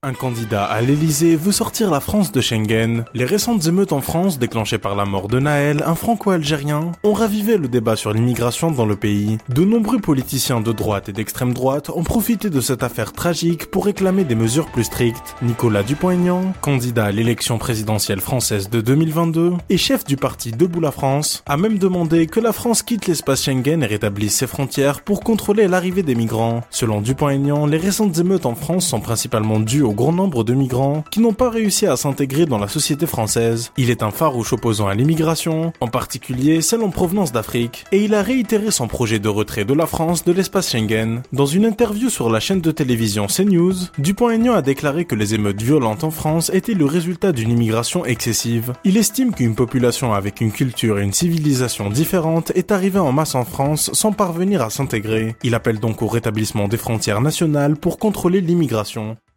Un candidat à l'Elysée veut sortir la France de Schengen. Les récentes émeutes en France, déclenchées par la mort de Naël, un franco-algérien, ont ravivé le débat sur l'immigration dans le pays. De nombreux politiciens de droite et d'extrême droite ont profité de cette affaire tragique pour réclamer des mesures plus strictes. Nicolas Dupont-Aignan, candidat à l'élection présidentielle française de 2022 et chef du parti Debout la France, a même demandé que la France quitte l'espace Schengen et rétablisse ses frontières pour contrôler l'arrivée des migrants. Selon Dupont-Aignan, les récentes émeutes en France sont principalement dues au grand nombre de migrants qui n'ont pas réussi à s'intégrer dans la société française. Il est un farouche opposant à l'immigration, en particulier celle en provenance d'Afrique, et il a réitéré son projet de retrait de la France de l'espace Schengen. Dans une interview sur la chaîne de télévision CNews, Dupont-Aignan a déclaré que les émeutes violentes en France étaient le résultat d'une immigration excessive. Il estime qu'une population avec une culture et une civilisation différentes est arrivée en masse en France sans parvenir à s'intégrer. Il appelle donc au rétablissement des frontières nationales pour contrôler l'immigration.